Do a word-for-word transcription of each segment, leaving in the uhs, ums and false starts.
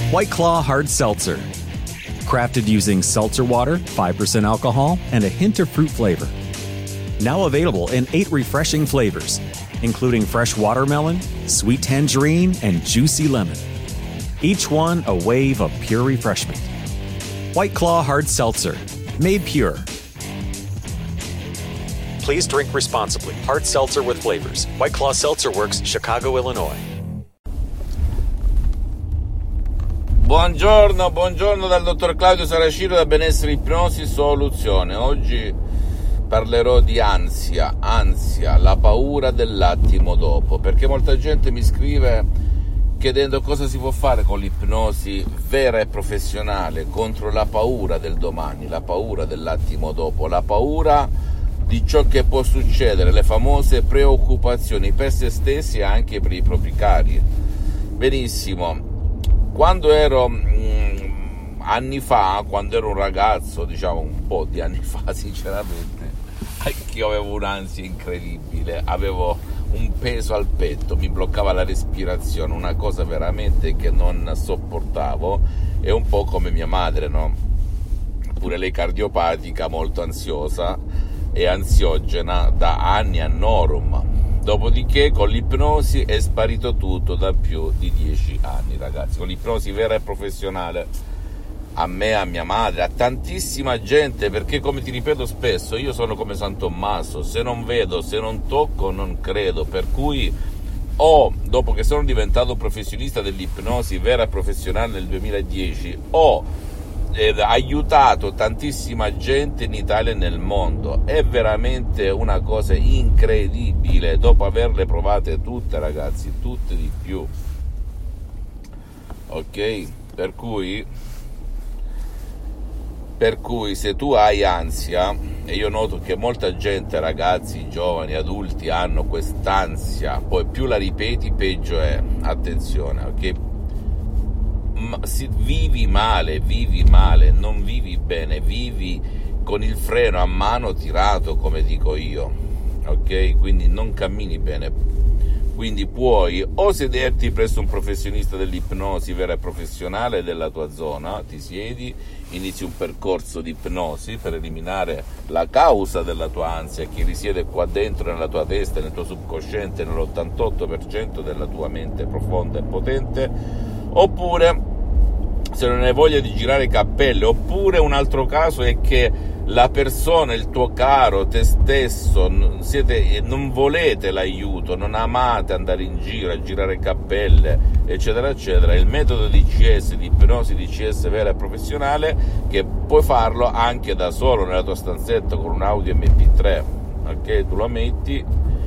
White Claw Hard Seltzer. Crafted using seltzer water, five percent alcohol, and a hint of fruit flavor. Now available in eight refreshing flavors, including fresh watermelon, sweet tangerine, and juicy lemon. Each one a wave of pure refreshment. White Claw Hard Seltzer, made pure. Please drink responsibly. Hard seltzer with flavors. White Claw Seltzer Works, Chicago, Illinois. Buongiorno, buongiorno dal dottor Claudio Saracino da Benessere Ipnosi Soluzione. Oggi parlerò di ansia, ansia, la paura dell'attimo dopo, perché molta gente mi scrive chiedendo cosa si può fare con l'ipnosi vera e professionale contro la paura del domani, la paura dell'attimo dopo, la paura di ciò che può succedere, le famose preoccupazioni per se stessi e anche per i propri cari. Benissimo. Quando ero mh, anni fa, quando ero un ragazzo, diciamo un po' di anni fa sinceramente, anch'io avevo un'ansia incredibile, avevo un peso al petto, mi bloccava la respirazione, una cosa veramente che non sopportavo, è un po' come mia madre, no? Pure lei cardiopatica, molto ansiosa e ansiogena da anni a norum. Dopodiché con l'ipnosi è sparito tutto da più di dieci anni, ragazzi. Con l'ipnosi vera e professionale, a me, a mia madre, a tantissima gente, perché come ti ripeto spesso, io sono come San Tommaso, se non vedo, se non tocco, non credo. Per cui ho, dopo che sono diventato professionista dell'ipnosi vera e professionale nel duemiladieci, ho ed ha aiutato tantissima gente in Italia e nel mondo. È veramente una cosa incredibile dopo averle provate tutte, ragazzi, tutte di più, ok? Per cui per cui se tu hai ansia, e io noto che molta gente, ragazzi, giovani, adulti, hanno quest'ansia, poi più la ripeti peggio è, attenzione, ok? Ma si, vivi male, vivi male, non vivi bene, vivi con il freno a mano tirato, come dico io, ok? Quindi non cammini bene. Quindi puoi o sederti presso un professionista dell'ipnosi vera e professionale della tua zona, ti siedi, inizi un percorso di ipnosi per eliminare la causa della tua ansia che risiede qua dentro nella tua testa, nel tuo subconsciente, nell'ottantotto per cento della tua mente profonda e potente. Oppure, se non hai voglia di girare cappelle, oppure un altro caso è che la persona, il tuo caro, te stesso, siete, non volete l'aiuto, non amate andare in giro a girare cappelle, eccetera, eccetera. Il metodo di C S, di ipnosi di C S vera e professionale, che puoi farlo anche da solo nella tua stanzetta con un audio M P tre, ok? Tu lo metti,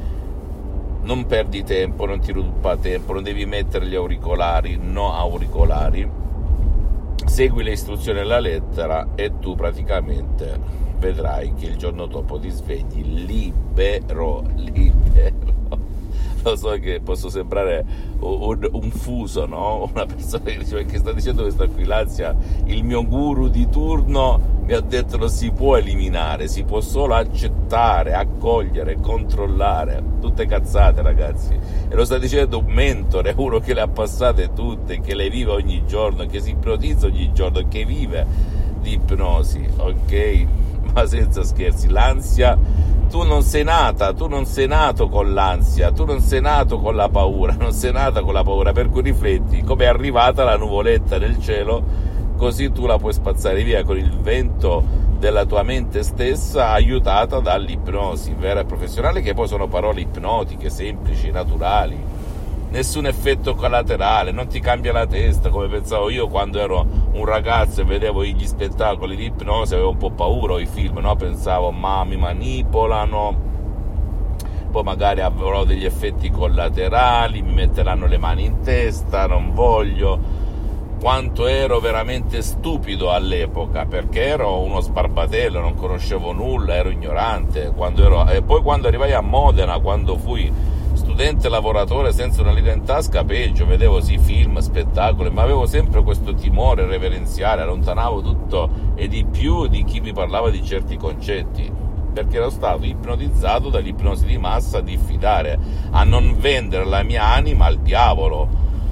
non perdi tempo, non ti ruba tempo, non devi mettere gli auricolari, no auricolari, segui le istruzioni alla lettera e tu praticamente vedrai che il giorno dopo ti svegli libero, libero. Lo so che posso sembrare un, un fuso, no? Una persona che dice: che sta dicendo questa qui, l'ansia, il mio guru di turno mi ha detto non si può eliminare, si può solo accettare, accogliere, controllare. Tutte cazzate, ragazzi, e lo sta dicendo un mentore, uno che le ha passate tutte, che le vive ogni giorno, che si ipnotizza ogni giorno, che vive di ipnosi, ok? Ma senza scherzi, l'ansia, tu non sei nata, tu non sei nato con l'ansia, tu non sei nato con la paura, non sei nata con la paura, per cui rifletti come è arrivata la nuvoletta nel cielo, così tu la puoi spazzare via con il vento della tua mente stessa, aiutata dall'ipnosi vera e professionale, che poi sono parole ipnotiche, semplici, naturali, nessun effetto collaterale, non ti cambia la testa come pensavo io quando ero un ragazzo e vedevo gli spettacoli di ipnosi, avevo un po' paura, o i film, no? Pensavo, ma mi manipolano, poi magari avrò degli effetti collaterali, mi metteranno le mani in testa, non voglio. Quanto ero veramente stupido all'epoca, perché ero uno sbarbatello, non conoscevo nulla, ero ignorante. Quando ero... E poi quando arrivai a Modena, quando fui studente lavoratore senza una lira in tasca, peggio, vedevo sì film, spettacoli, ma avevo sempre questo timore reverenziale, allontanavo tutto e di più di chi mi parlava di certi concetti, perché ero stato ipnotizzato dall'ipnosi di massa a diffidare, a non vendere la mia anima al diavolo.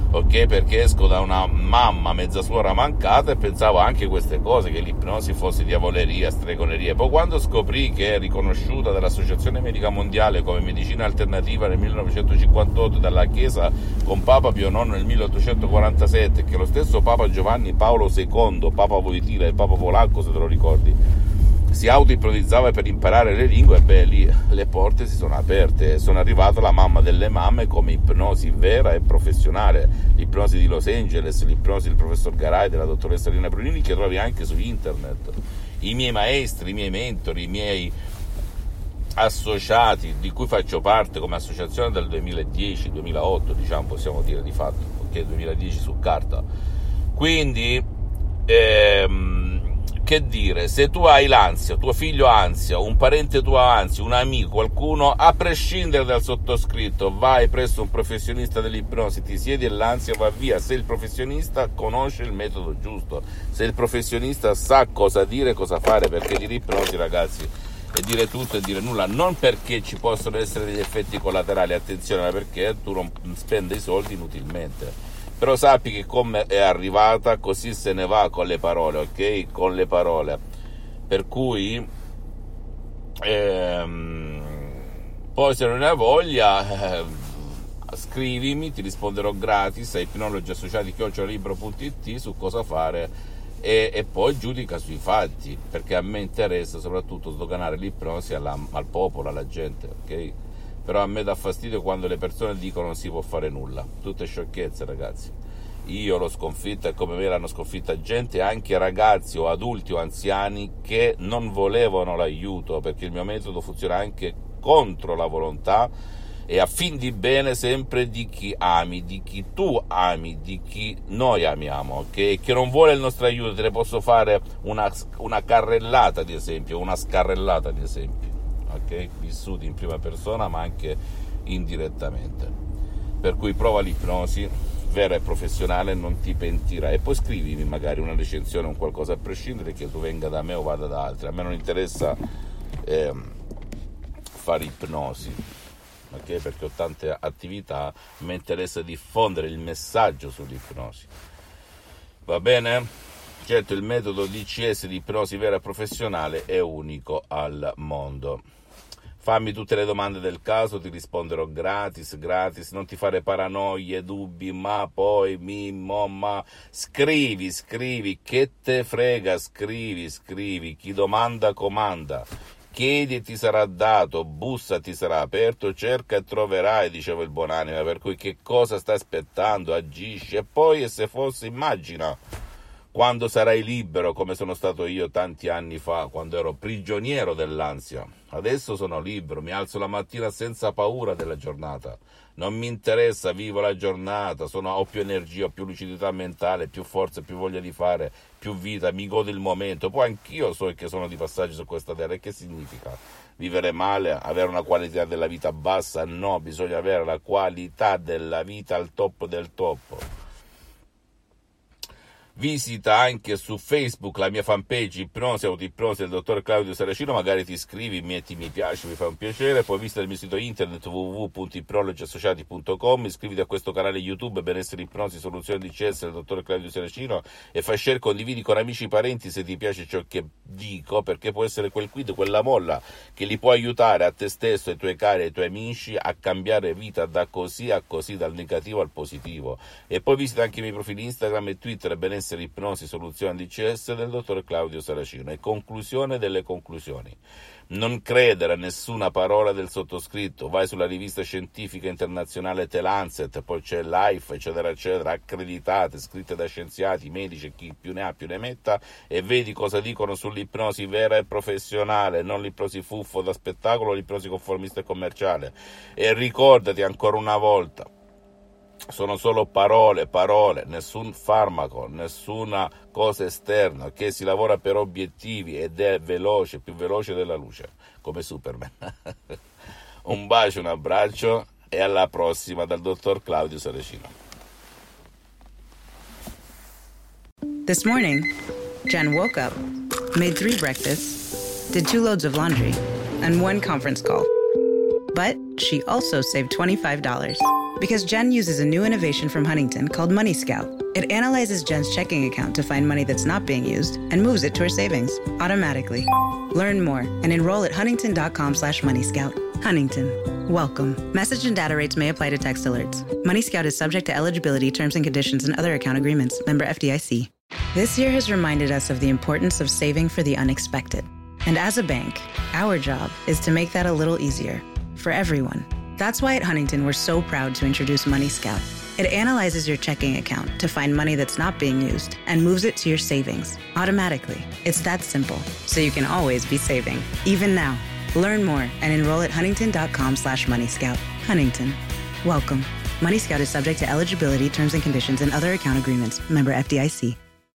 ok? Perché esco da una mamma mezza suora mancata e pensavo anche queste cose, che l'ipnosi fosse diavoleria, stregoneria. Poi quando scoprì che è riconosciuta dall'Associazione Medica Mondiale come medicina alternativa nel millenovecentocinquantotto, dalla Chiesa con Papa Pio nono nel milleottocentoquarantasette, che lo stesso Papa Giovanni Paolo secondo, Papa Wojtyla e Papa polacco, se te lo ricordi, si autoipnotizzava per imparare le lingue, beh, lì le porte si sono aperte. Sono arrivato la mamma delle mamme come ipnosi vera e professionale, l'ipnosi di Los Angeles, l'ipnosi del professor Garay, della dottoressa Rina Brunini, che trovi anche su internet. I miei maestri, i miei mentori, i miei associati, di cui faccio parte come associazione dal duemiladieci duemilaotto, diciamo, possiamo dire di fatto, ok, duemiladieci su carta. Quindi ehm, che dire, se tu hai l'ansia, tuo figlio ha ansia, un parente tuo ha ansia, un amico, qualcuno, a prescindere dal sottoscritto, vai presso un professionista dell'ipnosi, ti siedi e l'ansia va via, se il professionista conosce il metodo giusto, se il professionista sa cosa dire e cosa fare, perché dire ipnosi, ragazzi, è dire tutto e dire nulla, non perché ci possono essere degli effetti collaterali, attenzione, ma perché tu non spendi i soldi inutilmente. Però sappi che come è arrivata, così se ne va con le parole, ok? Con le parole. Per cui, ehm, poi se non hai voglia, eh, scrivimi, ti risponderò gratis a ipnologi associati chiocciola libro punto it su cosa fare e, e poi giudica sui fatti, perché a me interessa soprattutto sdoganare l'ipnosi alla, al popolo, alla gente, ok? Però a me dà fastidio quando le persone dicono non si può fare nulla, tutte sciocchezze, ragazzi. Io l'ho sconfitta e come me l'hanno sconfitta gente, anche ragazzi o adulti o anziani che non volevano l'aiuto, perché il mio metodo funziona anche contro la volontà e a fin di bene sempre di chi ami, di chi tu ami, di chi noi amiamo, ok? Che non vuole il nostro aiuto, te ne posso fare una, una carrellata di esempi, una scarrellata di esempi. Okay? Vissuti in prima persona ma anche indirettamente, per cui prova l'ipnosi vera e professionale, non ti pentirai. E poi scrivimi magari una recensione o qualcosa, a prescindere che tu venga da me o vada da altri. A me non interessa eh, fare ipnosi, okay? Perché ho tante attività, mi interessa diffondere il messaggio sull'ipnosi, va bene? Certo, il metodo D C S di ipnosi vera e professionale è unico al mondo. Fammi tutte le domande del caso, ti risponderò gratis, gratis, non ti fare paranoie, dubbi, ma poi, mi, mo, ma, scrivi, scrivi, che te frega, scrivi, scrivi, chi domanda comanda, chiedi e ti sarà dato, bussa ti sarà aperto, cerca e troverai, diceva il buonanima, per cui che cosa stai aspettando, agisci, e poi e se fosse, immagina, quando sarai libero, come sono stato io tanti anni fa, quando ero prigioniero dell'ansia. Adesso sono libero, mi alzo la mattina senza paura della giornata. Non mi interessa, vivo la giornata, sono, ho più energia, ho più lucidità mentale, più forza, più voglia di fare, più vita, mi godo il momento. Poi anch'io so che sono di passaggio su questa terra. E che significa? Vivere male? Avere una qualità della vita bassa? No, bisogna avere la qualità della vita al top del top. Visita anche su Facebook la mia fanpage Ipnosi Autoipnosi del dottor Claudio Saracino, magari ti iscrivi, metti mi piace, mi fa un piacere, poi visita il mio sito internet w w w punto ipnologi associati punto com, iscriviti a questo canale YouTube Benessere Ipnosi Soluzione D C S del dottor Claudio Saracino e fai share, condividi con amici e parenti se ti piace ciò che dico, perché può essere quel quid, quella molla che li può aiutare a te stesso, ai tuoi cari, ai tuoi amici a cambiare vita da così a così, dal negativo al positivo. E poi visita anche i miei profili Instagram e Twitter Benessere Ipnosi Soluzione D C S del dottor Claudio Saracino. E conclusione delle conclusioni: non credere a nessuna parola del sottoscritto, vai sulla rivista scientifica internazionale The Lancet, poi c'è Life, eccetera eccetera, accreditate, scritte da scienziati, medici, chi più ne ha più ne metta, e vedi cosa dicono sull'ipnosi vera e professionale, non l'ipnosi fuffo da spettacolo, l'ipnosi conformista e commerciale. E ricordati ancora una volta, sono solo parole, parole, nessun farmaco, nessuna cosa esterna, che si lavora per obiettivi ed è veloce, più veloce della luce, come Superman. Un bacio, un abbraccio e alla prossima dal dottor Claudio Saracino. This morning, Jen woke up, made three breakfasts, did two loads of laundry, and one conference call. But she also saved twenty-five dollars. Because Jen uses a new innovation from Huntington called Money Scout. It analyzes Jen's checking account to find money that's not being used and moves it to her savings automatically. Learn more and enroll at huntington.com slash money scout. Huntington. Welcome. Message and data rates may apply to text alerts. Money Scout is subject to eligibility, terms and conditions, and other account agreements. Member F D I C. This year has reminded us of the importance of saving for the unexpected. And as a bank, our job is to make that a little easier for everyone. That's why at Huntington, we're so proud to introduce Money Scout. It analyzes your checking account to find money that's not being used and moves it to your savings automatically. It's that simple, so you can always be saving, even now. Learn more and enroll at huntington.com slash money scout. Huntington. Welcome. Money Scout is subject to eligibility, terms and conditions, and other account agreements. Member F D I C.